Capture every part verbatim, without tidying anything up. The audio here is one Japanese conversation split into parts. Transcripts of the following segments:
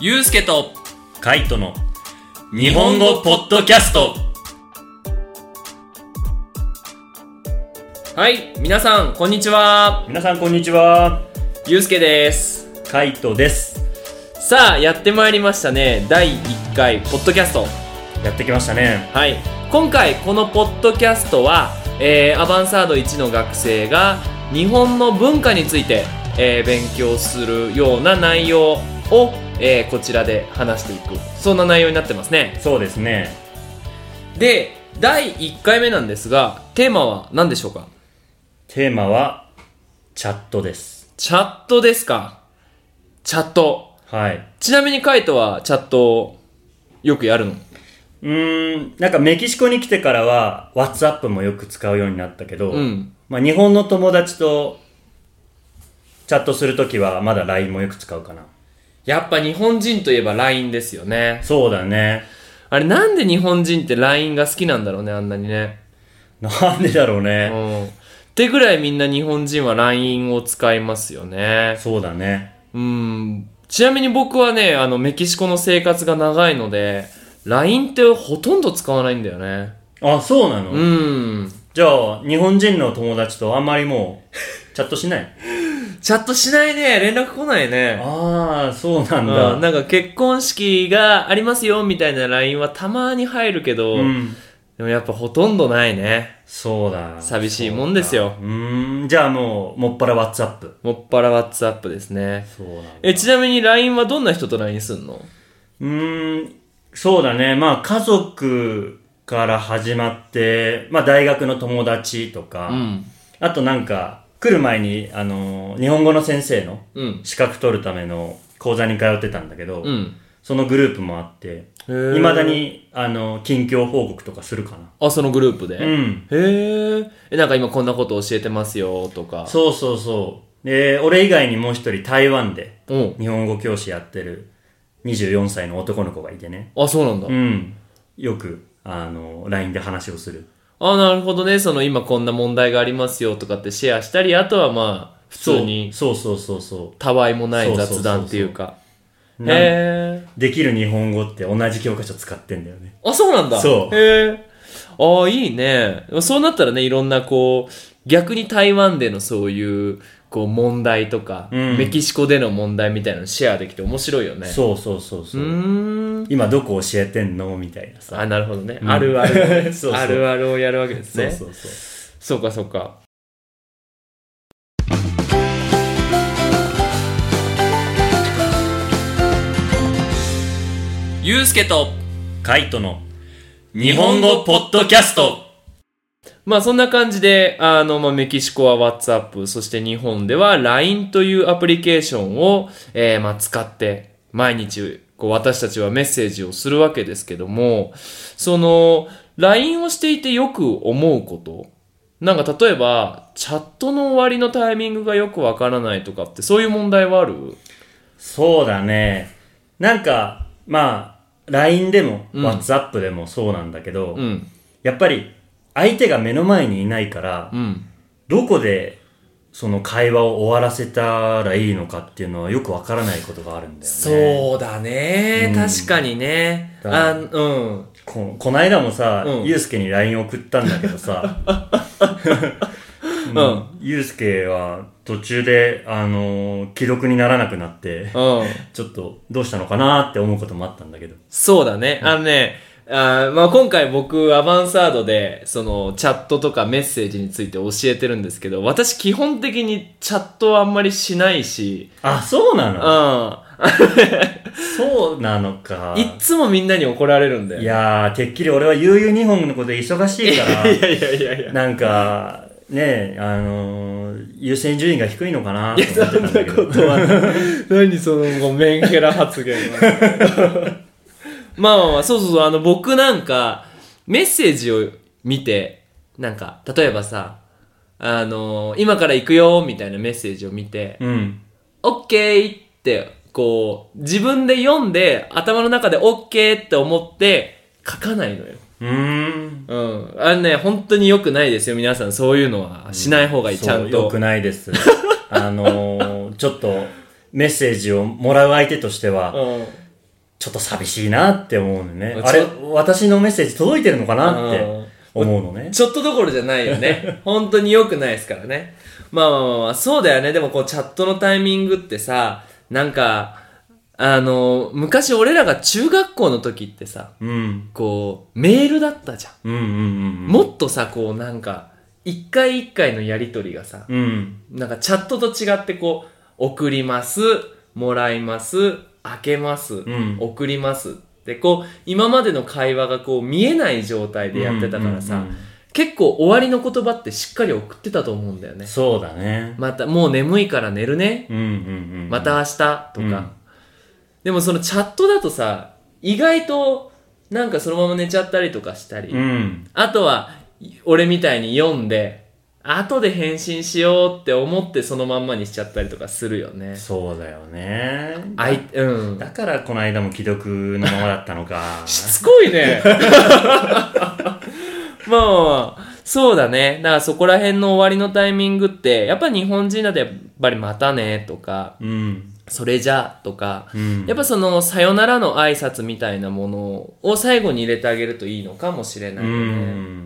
ゆうすけとカイトの日本語ポッドキャスト。 はい、皆さんこんにちは。 皆さんこんにちは。 ゆうすけです。 カイトです。 さあやってまいりましたね。だいいっかいポッドキャストやってきましたね。 はい、今回このポッドキャストは、えー、アバンサードいちの学生が日本の文化について、えー、勉強するような内容を、えー、こちらで話していく、そんな内容になってますね。 そうですね。 で、だいいっかいめなんですが、テーマは何でしょうか？ テーマはチャットです。 チャットですか。チャット。 はい。 ちなみにカイトはチャットよくやるの？ うーん、なんかメキシコに来てからは WhatsApp もよく使うようになったけど、 うん、 まあ、日本の友達とチャットするときはまだ ライン もよく使うかな。 やっぱ日本人といえば ライン ですよね。 そうだね。 あれなんで日本人って ライン が好きなんだろうね、あんなにね。 なんでだろうね。 うん。ってぐらいみんな日本人は ライン を使いますよね。 そうだね。 うん。ちなみに僕はね、あのメキシコの生活が長いので ライン ってほとんど使わないんだよね。 あ、そうなの？ うん。 じゃあ日本人の友達とあんまりもうチャットしない？ チャットしないね。連絡来ないね。 ああ、そうなんだ。 うん、なんか結婚式がありますよみたいな ライン はたまに入るけど、うん、でもやっぱほとんどないね。 そうだ。 寂しいもんですよ。 うーん、じゃあもうもっぱら WhatsApp。 もっぱら WhatsApp ですね。 そうなんだ。 え、ちなみに ライン はどんな人と ライン すんの？ うーん、そうだね。まあ家族から始まって、まあ大学の友達とか、うん、あとなんか来る前にあの日本語の先生の資格取るための講座に通ってたんだけど、うん、そのグループもあって、いまだにあの近況報告とかするかな。 あ、そのグループで？ うん。 へえ。え、なんか今こんなこと教えてますよとか。 そうそうそう。で、俺以外にもう一人台湾で日本語教師やってるにじゅうよんさいの男の子がいてね。 あ、そうなんだ。 うん。よくあの ライン で話をする。 あ、なるほどね。その今こんな問題がありますよとかってシェアしたり、あとはまあ普通にそうそうそうそうたわいもない雑談っていうか。へー。できる日本語って同じ教科書使ってんだよね。 あ、そうなんだ。 そう。 へー。ああ、いいね。そうなったらね、いろんなこう逆に台湾でのそういうこう問題とか、うん、メキシコでの問題みたいなのシェアできて面白いよね。 そうそうそうそう。うーん、 今どこ教えてんのみたいなさ。 あ、なるほどね。うん、あるあるそうそうあるあるをやるわけですね。 そうそうそう。 そうかそうか。ゆうすけとカイトの日本語ポッドキャスト。 まあそんな感じで、あの、まあメキシコは WhatsApp、そして日本では ライン というアプリケーションを、えー、まあ使って毎日こう私たちはメッセージをするわけですけども、その ライン をしていてよく思うこと、なんか例えばチャットの終わりのタイミングがよくわからないとかって、そういう問題はある？ そうだね。なんかまあ ライン でも、うん、WhatsApp でもそうなんだけど、うん、やっぱり相手が目の前にいないから、うん、どこでその会話を終わらせたらいいのかっていうのはよくわからないことがあるんだよね。 そうだね、うん、確かにね。あ、うん。 こ、こないだもさ、うん、ゆうすけに ライン 送ったんだけどさ、うん、ゆうすけは途中で、あのー、既読にならなくなって、うん、ちょっとどうしたのかなって思うこともあったんだけど。 そうだね。あのね、あまあ今回僕アバンサードでそのチャットとかメッセージについて教えてるんですけど、私基本的にチャットはあんまりしないし。 あ、そうなの？ うん。 そうなのか。 いっつもみんなに怒られるんだよ、ね。 いやー、てっきり俺は悠々日本のことで忙しいから。 いやいやいやいや。 なんか、ねえ、あのー、優先順位が低いのかなと思ってたんだけど。 いや、そんなことはない。何そのごメンヘラ発言は。まあまあまあ、そうそうそう、あの僕なんかメッセージを見て、なんか例えばさ、あのー、今から行くよみたいなメッセージを見て、うん、オッケーってこう自分で読んで頭の中でオッケーって思って書かないのよ。 うーん。 うん。あのね、本当に良くないですよ、皆さん。そういうのはしない方がいい、うん、ちゃんと。 良くないです。あのー、ちょっとメッセージをもらう相手としては、うん、 ちょっと寂しいなって思うのね。 ちょあれ、私のメッセージ届いてるのかなって思うのね。 ちょっとどころじゃないよね。本当に良くないですからね。まあまあまあまあ、そうだよね。でもこうチャットのタイミングってさ、なんか、あの、昔俺らが中学校の時ってさ、 うん。 こう、メールだったじゃん。 うんうんうんうん。 もっとさ、こうなんか、一回一回のやりとりがさ、 うん。 なんかチャットと違ってこう、送ります、もらいます、開けます、 ん送りますってこう、今までの会話がこう見えない状態でやってたからさ、 うんうんうん、 結構終わりの言葉ってしっかり送ってたと思うんだよね。 そうだね。 また、もう眠いから寝るね。 うんうんうん。 また明日とか、 うん。 でもそのチャットだとさ、意外となんかそのまま寝ちゃったりとかしたり、 うん。 あとは俺みたいに読んで、後で返信しようって思ってそのまんまにしちゃったりとかするよね。 そうだよね。 あい、うん。 だからこの間も既読のままだったのか。 しつこいね。まあまあまあ、そうだね。だからそこら辺の終わりのタイミングって、やっぱ日本人だとやっぱりまたねとか、 うん。 それじゃとか、 うん、 やっぱそのさよならの挨拶みたいなものを最後に入れてあげるといいのかもしれないよね。うん、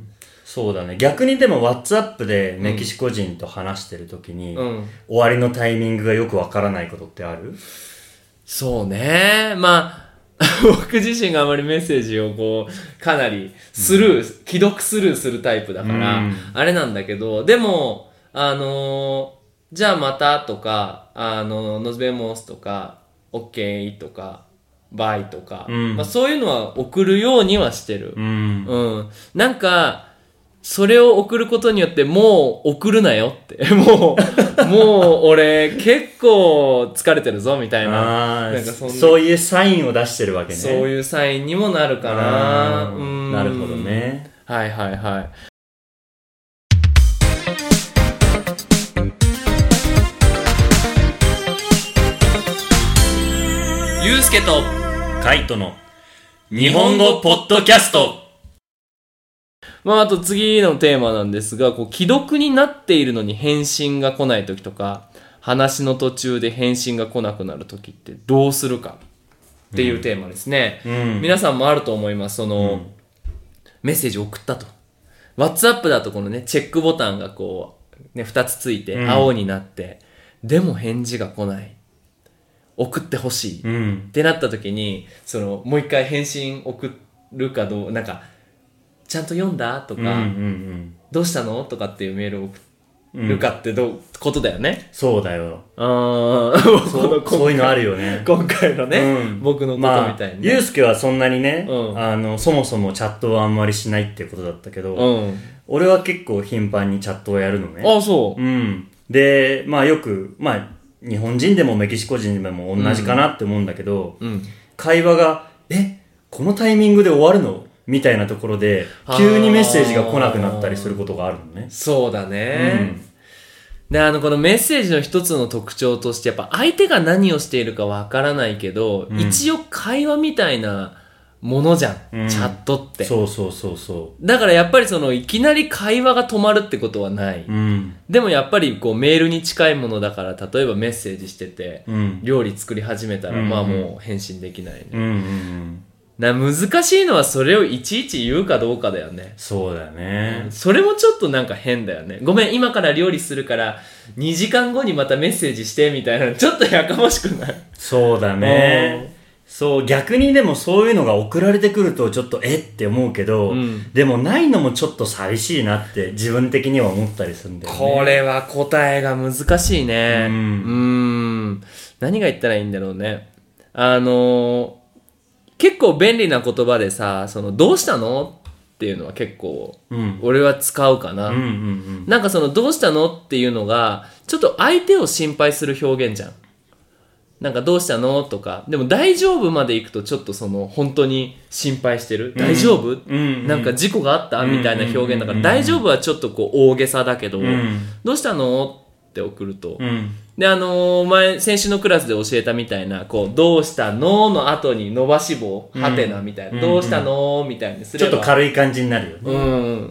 そうだね。逆にでも WhatsApp でメキシコ人と話してるときに、うん、終わりのタイミングがよくわからないことってある？ そうね。まあ、僕自身があまりメッセージをこう、かなりスルー、うん、既読スルーするタイプだから、うん、あれなんだけど、でも、あのー、じゃあまたとか、あの、ノズベモスとか、OK とか、バイとか、うん、まあそういうのは送るようにはしてる。うん。うん。なんか、それを送ることによってもう送るなよって。もう、もう俺結構疲れてるぞみたいな。 なんかそんなそういうサインを出してるわけね。 そういうサインにもなるかな。うん。 なるほどね。 はいはいはい。ゆうすけとカイトの日本語ポッドキャスト。 まああと次のテーマなんですが、こう既読になっているのに返信が来ない時とか、話の途中で返信が来なくなる時ってどうするかっていうテーマですね。うん、皆さんもあると思います。その、うん、メッセージ送ったと。WhatsApp だとこのねチェックボタンがこうね二つついて青になって、うん、でも返事が来ない。送ってほしい、うん、ってなった時にそのもう一回返信送るかどうなんかちゃんと読んだとか、うんうんうん、どうしたのとかっていうメールを送るかってどう、うん、ことだよね。 そうだよ。 あそうそういうのあるよね。 今回のね、うん、僕のことみたいに、ね。 まあ、ゆうすけはそんなにね、うん、あのそもそもチャットはあんまりしないってことだったけど、うん、俺は結構頻繁にチャットをやるのね。 ああそう。 うん。でまあよくまあ日本人でもメキシコ人でも同じかなって思うんだけど、うんうん、会話がえこのタイミングで終わるのみたいなところで急にメッセージが来なくなったりすることがあるのね。 そうだね、うん、であのこのメッセージの一つの特徴としてやっぱ相手が何をしているかわからないけど、うん、一応会話みたいなものじゃん、うん、チャットって。 そうそうそうそう。 だからやっぱりそのいきなり会話が止まるってことはない、うん、でもやっぱりこうメールに近いものだから、例えばメッセージしてて、うん、料理作り始めたら、うん、まあもう返信できないね、うんうんうん、な難しいのはそれをいちいち言うかどうかだよね。 そうだよね、 うん、それもちょっとなんか変だよね。ごめん今から料理するからにじかんごにまたメッセージしてみたいな、ちょっとやかましくない？ そうだね。そう逆にでもそういうのが送られてくるとちょっとえって思うけど、うん、でもないのもちょっと寂しいなって自分的には思ったりするんだよね。 これは答えが難しいね。うん、うーん何が言ったらいいんだろうね。あのー、結構便利な言葉でさ、そのどうしたのっていうのは結構、うん、俺は使うかな、うんうんうん、なんかそのどうしたのっていうのがちょっと相手を心配する表現じゃん。なんかどうしたのとか、でも大丈夫まで行くとちょっとその本当に心配してる、うん、大丈夫、うんうん、なんか事故があった、うん、みたいな表現だから、うん、大丈夫はちょっとこう大げさだけど、うん、どうしたのって送ると、うん、であのー、前先週のクラスで教えたみたいなこうどうしたのの後に伸ばし棒はてなみたいな、うん、どうしたのみたいにすればちょっと軽い感じになるよね。 うん。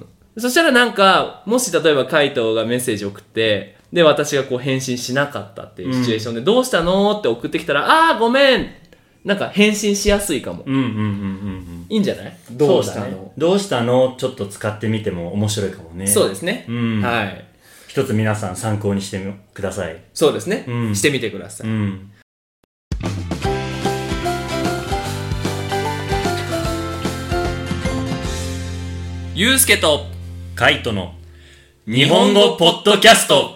そしたらなんかもし例えばカイトがメッセージ送ってで私がこう返信しなかったっていうシチュエーションで、うん、どうしたのって送ってきたら、あーごめんなんか返信しやすいかも。 うんうんうんうんうん。 いいんじゃない？どうしたの？ そうだね。どうしたの？ちょっと使ってみても面白いかもね。 そうですね。 うん。 はい。 一つ皆さん参考にしてみください。 そうですね。 うん、 してみてください。うん。ゆうすけとカイトの日本語ポッドキャスト。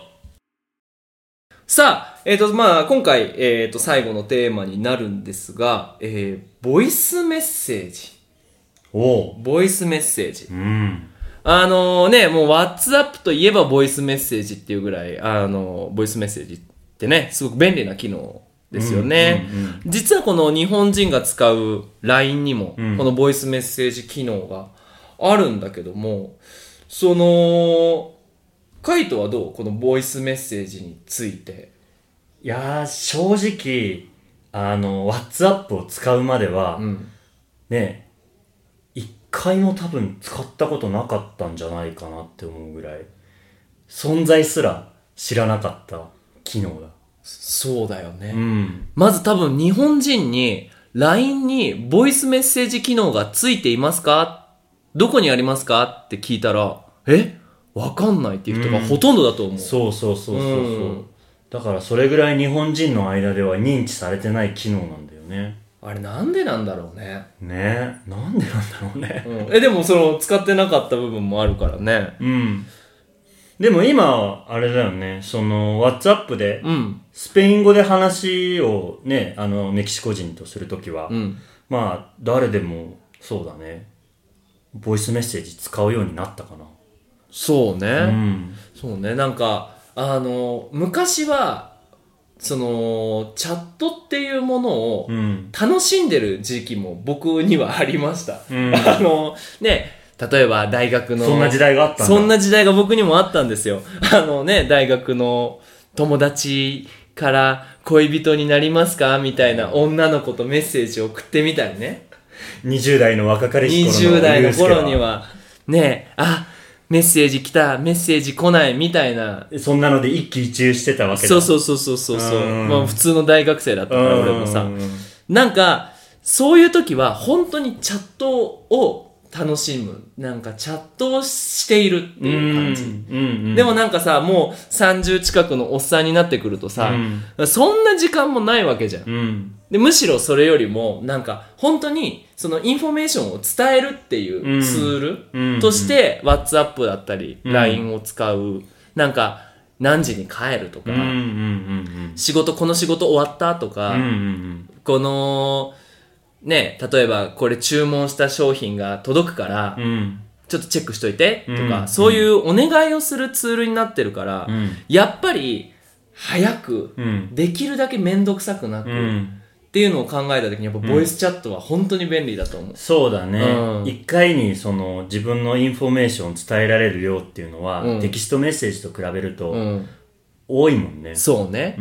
さあ、えっ、ー、と、まあ、今回、えっ、ー、と、最後のテーマになるんですが、えー、ボイスメッセージ。 おボイスメッセージ。 うん。 あのー、ね、もう WhatsApp といえばボイスメッセージっていうぐらい、あのー、ボイスメッセージってね、すごく便利な機能ですよね。うんうんうん、実はこの日本人が使う ライン にも、うん、このボイスメッセージ機能があるんだけども、その、カイトはどう？このボイスメッセージについて。 いやー、正直、あの、WhatsApp を使うまでは、うん、ね、一回も多分使ったことなかったんじゃないかなって思うぐらい、存在すら知らなかった機能だ。 そうだよね。 うん、 まず多分日本人に ライン にボイスメッセージ機能がついていますか？どこにありますか？って聞いたら、え？わかんないっていう人がほとんどだと思う。うん、 そうそうそうそうそう、うん。だからそれぐらい日本人の間では認知されてない機能なんだよね。 あれなんでなんだろうね。 ねえ、なんでなんだろうね。 うん、え、でもその使ってなかった部分もあるからね。 うん。でも今、あれだよね、その、WhatsApp で、スペイン語で話をね、あの、メキシコ人とするときは、うん、まあ、誰でも、そうだね、ボイスメッセージ使うようになったかな。 そうね。 うん、 そうね。なんか、あの、昔は、その、チャットっていうものを楽しんでる時期も僕にはありました。うん、あの、ね、例えば大学の。 そんな時代があったんだ。 そんな時代が僕にもあったんですよ。あのね、大学の友達から恋人になりますかみたいな女の子とメッセージを送ってみたりね。 にじゅう代の若かりし頃の。 にじゅう代の頃には、ね、あ、メッセージ来た、メッセージ来ないみたいな。 そんなので一喜一憂してたわけだ。 そうそうそうそうそう。まあ普通の大学生だったから俺もさ。なんか、そういう時は本当にチャットを楽しむ。なんかチャットをしているっていう感じ。うんうんうん、でもなんかさ、もうさんじゅう近くのおっさんになってくるとさ、うん、そんな時間もないわけじゃん。うんでむしろそれよりもなんか本当にそのインフォメーションを伝えるっていうツールとして WhatsApp だったり ライン を使う、なんか何時に帰るとか、仕事この仕事終わったとか、このね例えばこれ注文した商品が届くからちょっとチェックしといてとか、そういうお願いをするツールになってるから、やっぱり早くできるだけめんどくさくなくっていうのを考えた時にやっぱボイスチャットは本当に便利だと思う、うん、 そうだね、うん、一回にその自分のインフォメーションを伝えられる量っていうのは、うん、テキストメッセージと比べると、うん、多いもんね。 そうね、うん、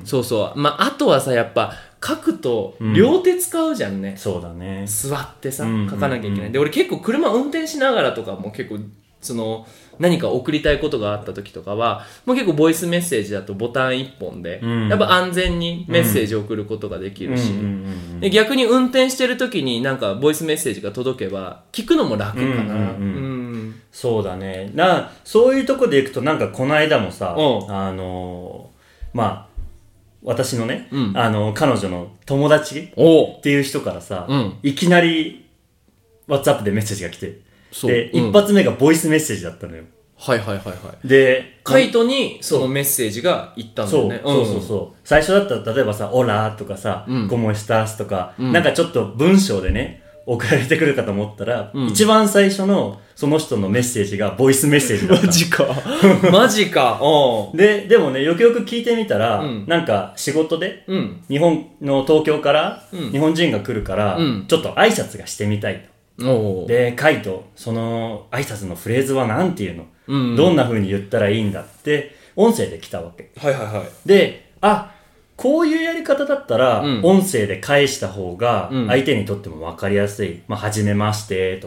そうそう、まあ、あとはさやっぱ書くと両手使うじゃんね、 うん、そうだね、 座ってさ書かなきゃいけない、で俺結構車運転しながらとかも結構その何か送りたいことがあった時とかはもう結構ボイスメッセージだとボタン一本で、うん、やっぱ安全にメッセージを送ることができるし、で逆に運転してる時になんかボイスメッセージが届けば聞くのも楽かな、うんうんうんうん、 そうだねな。そういうとこでいくとなんかこの間もさ、あのー、まあ私のね、うん、あの彼女の友達っていう人からさ、うん、いきなり WhatsApp でメッセージが来て、で、うん、一発目がボイスメッセージだったのよ。 はいはいはいはい。 で、 カイトにそのメッセージが行ったんだよね。 そうそうそうそう、うん。最初だったら例えばさ、オラとかさ、うん、コモエスタースとか、うん、なんかちょっと文章でね、送られてくるかと思ったら、うん、一番最初のその人のメッセージがボイスメッセージだった。 マジか。マジか。 で、でもね、よくよく聞いてみたら、うん、なんか仕事で、うん、日本の東京から日本人が来るから、うん、ちょっと挨拶がしてみたいと。で、カイト、その挨拶のフレーズはなんていうの、うんうん、どんな風に言ったらいいんだって音声で来たわけ。 はいはいはい。 で、あ、こういうやり方だったら、うん、音声で返した方が相手にとっても分かりやすい。まあ、はじめましてとか、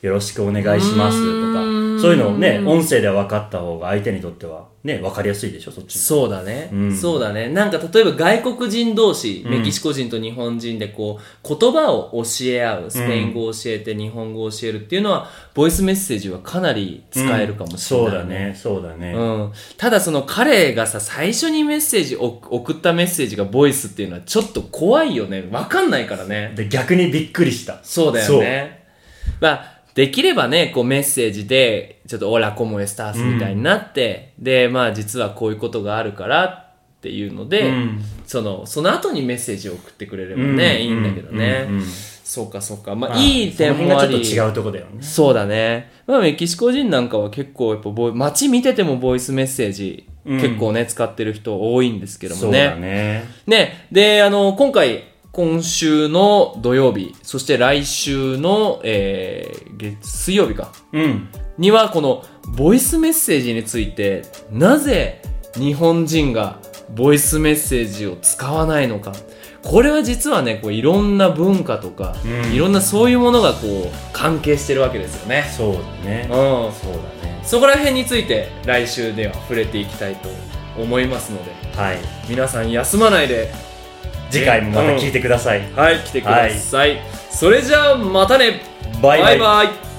よろしくお願いしますとか、そういうのをね、音声で分かった方が相手にとってはね、分かりやすいでしょ、そっち。 そうだね、 うん、 そうだね。なんか例えば外国人同士、メキシコ人と日本人でこう、言葉を教え合う、スペイン語を教えて日本語を教えるっていうのは、ボイスメッセージはかなり使えるかもしれない、 ね、うん、そうだね、そうだね。 うん。ただその彼がさ、最初にメッセージ、送ったメッセージがボイスっていうのはちょっと怖いよね。わかんないからね。 で、逆にびっくりした。 そうだよね。まあ、できればね、こうメッセージで、ちょっとオラコモエスタースみたいになって、うん、で、まあ実はこういうことがあるからっていうので、うん、その、その後にメッセージを送ってくれればね、うん、いいんだけどね。うんうんうん、そうかそうか。まあ、まあ、いい点もあり。 ちょっと違うとこだよね。 そうだね。まあメキシコ人なんかは結構やっぱボイ、街見ててもボイスメッセージ、うん、結構ね、使ってる人多いんですけどもね。 そうだね。 ね、で、あの、今回、今週の土曜日、そして来週の、えー、月、水曜日か。 うん。 には、この、ボイスメッセージについて、なぜ日本人がボイスメッセージを使わないのか。これは実はね、こういろんな文化とか、うん、いろんなそういうものがこう、関係してるわけですよね。 そうだね。 うん。 そうだね。 そこら辺について、来週では触れていきたいと思いますので、 はい。 皆さん休まないで、 次回もまた聞いてください、 うん、はい、来てください、はい、それじゃあまたね、 バイバイ。 バイバイ。